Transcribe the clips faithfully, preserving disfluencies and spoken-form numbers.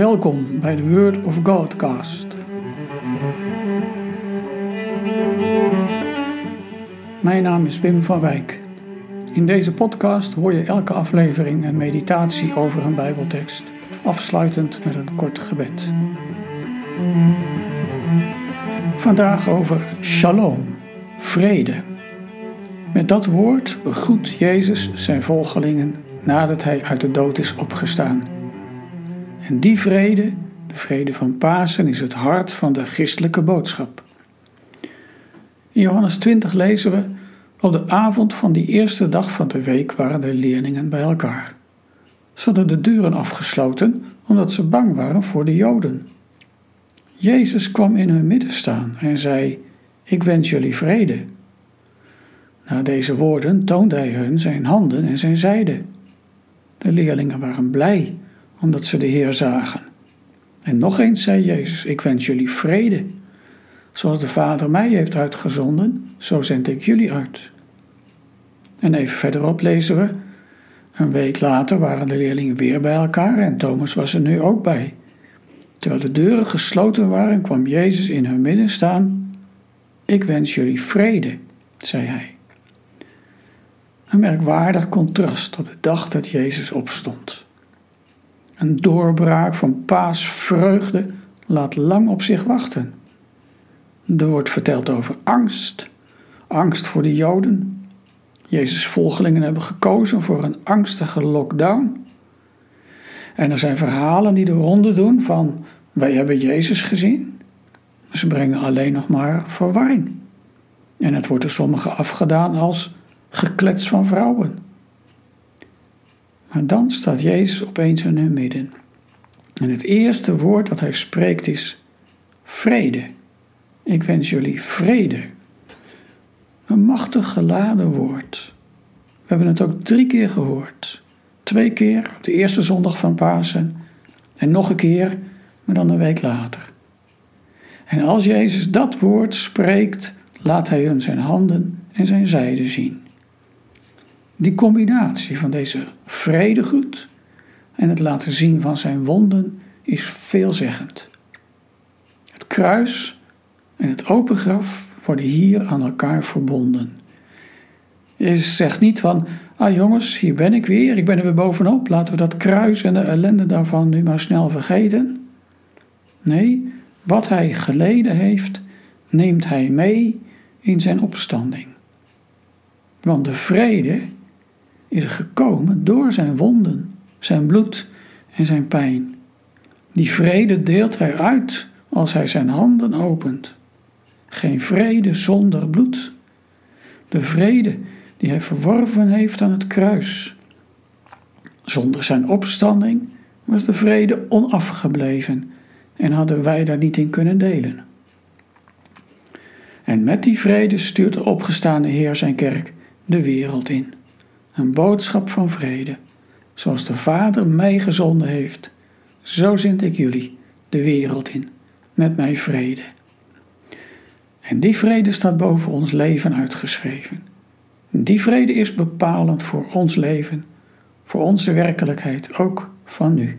Welkom bij de Word of Godcast. Mijn naam is Wim van Wijk. In deze podcast hoor je elke aflevering een meditatie over een Bijbeltekst, afsluitend met een kort gebed. Vandaag over shalom, vrede. Met dat woord begroet Jezus zijn volgelingen nadat hij uit de dood is opgestaan. En die vrede, de vrede van Pasen, is het hart van de christelijke boodschap. In Johannes twintig lezen we: op de avond van die eerste dag van de week waren de leerlingen bij elkaar. Ze hadden de deuren afgesloten omdat ze bang waren voor de Joden. Jezus kwam in hun midden staan en zei: ik wens jullie vrede. Na deze woorden toonde hij hun zijn handen en zijn zijde. De leerlingen waren blij omdat ze de Heer zagen. En nog eens zei Jezus: ik wens jullie vrede. Zoals de Vader mij heeft uitgezonden, zo zend ik jullie uit. En even verderop lezen we: een week later waren de leerlingen weer bij elkaar en Thomas was er nu ook bij. Terwijl de deuren gesloten waren, kwam Jezus in hun midden staan. Ik wens jullie vrede, zei hij. Een merkwaardig contrast op de dag dat Jezus opstond. Een doorbraak van paasvreugde laat lang op zich wachten. Er wordt verteld over angst, angst voor de Joden. Jezus' volgelingen hebben gekozen voor een angstige lockdown. En er zijn verhalen die de ronde doen van: wij hebben Jezus gezien. Ze brengen alleen nog maar verwarring. En het wordt door sommigen afgedaan als geklets van vrouwen. Maar dan staat Jezus opeens in hun midden. En het eerste woord dat hij spreekt is vrede. Ik wens jullie vrede. Een machtig geladen woord. We hebben het ook drie keer gehoord. Twee keer op de eerste zondag van Pasen. En nog een keer, maar dan een week later. En als Jezus dat woord spreekt, laat hij hun zijn handen en zijn zijde zien. Die combinatie van deze vredegroet en het laten zien van zijn wonden is veelzeggend. Het kruis en het open graf worden hier aan elkaar verbonden. Jezus zegt niet van: ah jongens, hier ben ik weer, ik ben er weer bovenop, laten we dat kruis en de ellende daarvan nu maar snel vergeten. Nee, wat hij geleden heeft, neemt hij mee in zijn opstanding. Want de vrede is er gekomen door zijn wonden, zijn bloed en zijn pijn. Die vrede deelt hij uit als hij zijn handen opent. Geen vrede zonder bloed. De vrede die hij verworven heeft aan het kruis. Zonder zijn opstanding was de vrede onafgebleven en hadden wij daar niet in kunnen delen. En met die vrede stuurt de opgestane Heer zijn kerk de wereld in. Een boodschap van vrede. Zoals de Vader mij gezonden heeft, zo zend ik jullie de wereld in, met mijn vrede. En die vrede staat boven ons leven uitgeschreven. Die vrede is bepalend voor ons leven, voor onze werkelijkheid, ook van nu.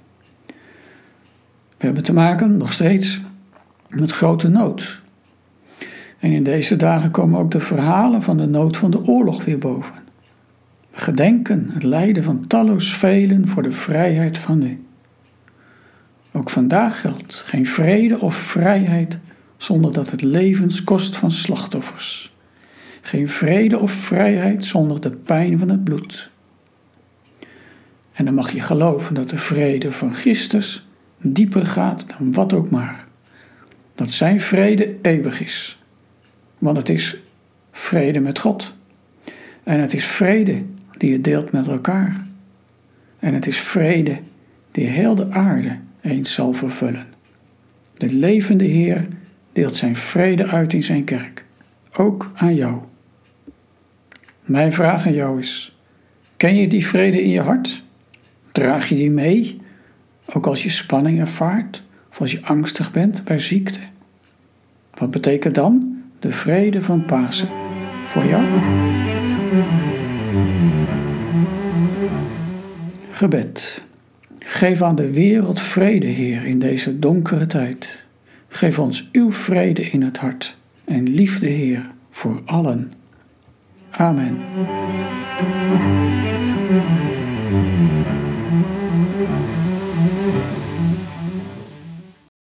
We hebben te maken, nog steeds, met grote nood. En in deze dagen komen ook de verhalen van de nood van de oorlog weer boven. We gedenken het lijden van talloos velen voor de vrijheid van nu. Ook vandaag geldt geen vrede of vrijheid zonder dat het levens kost van slachtoffers. Geen vrede of vrijheid zonder de pijn van het bloed. En dan mag je geloven dat de vrede van Christus dieper gaat dan wat ook maar. Dat zijn vrede eeuwig is. Want het is vrede met God. En het is vrede die je deelt met elkaar. En het is vrede die heel de aarde eens zal vervullen. De levende Heer deelt zijn vrede uit in zijn kerk. Ook aan jou. Mijn vraag aan jou is: ken je die vrede in je hart? Draag je die mee? Ook als je spanning ervaart of als je angstig bent bij ziekte. Wat betekent dan de vrede van Pasen voor jou? Gebed. Geef aan de wereld vrede, Heer, in deze donkere tijd. Geef ons uw vrede in het hart en liefde, Heer, voor allen. Amen.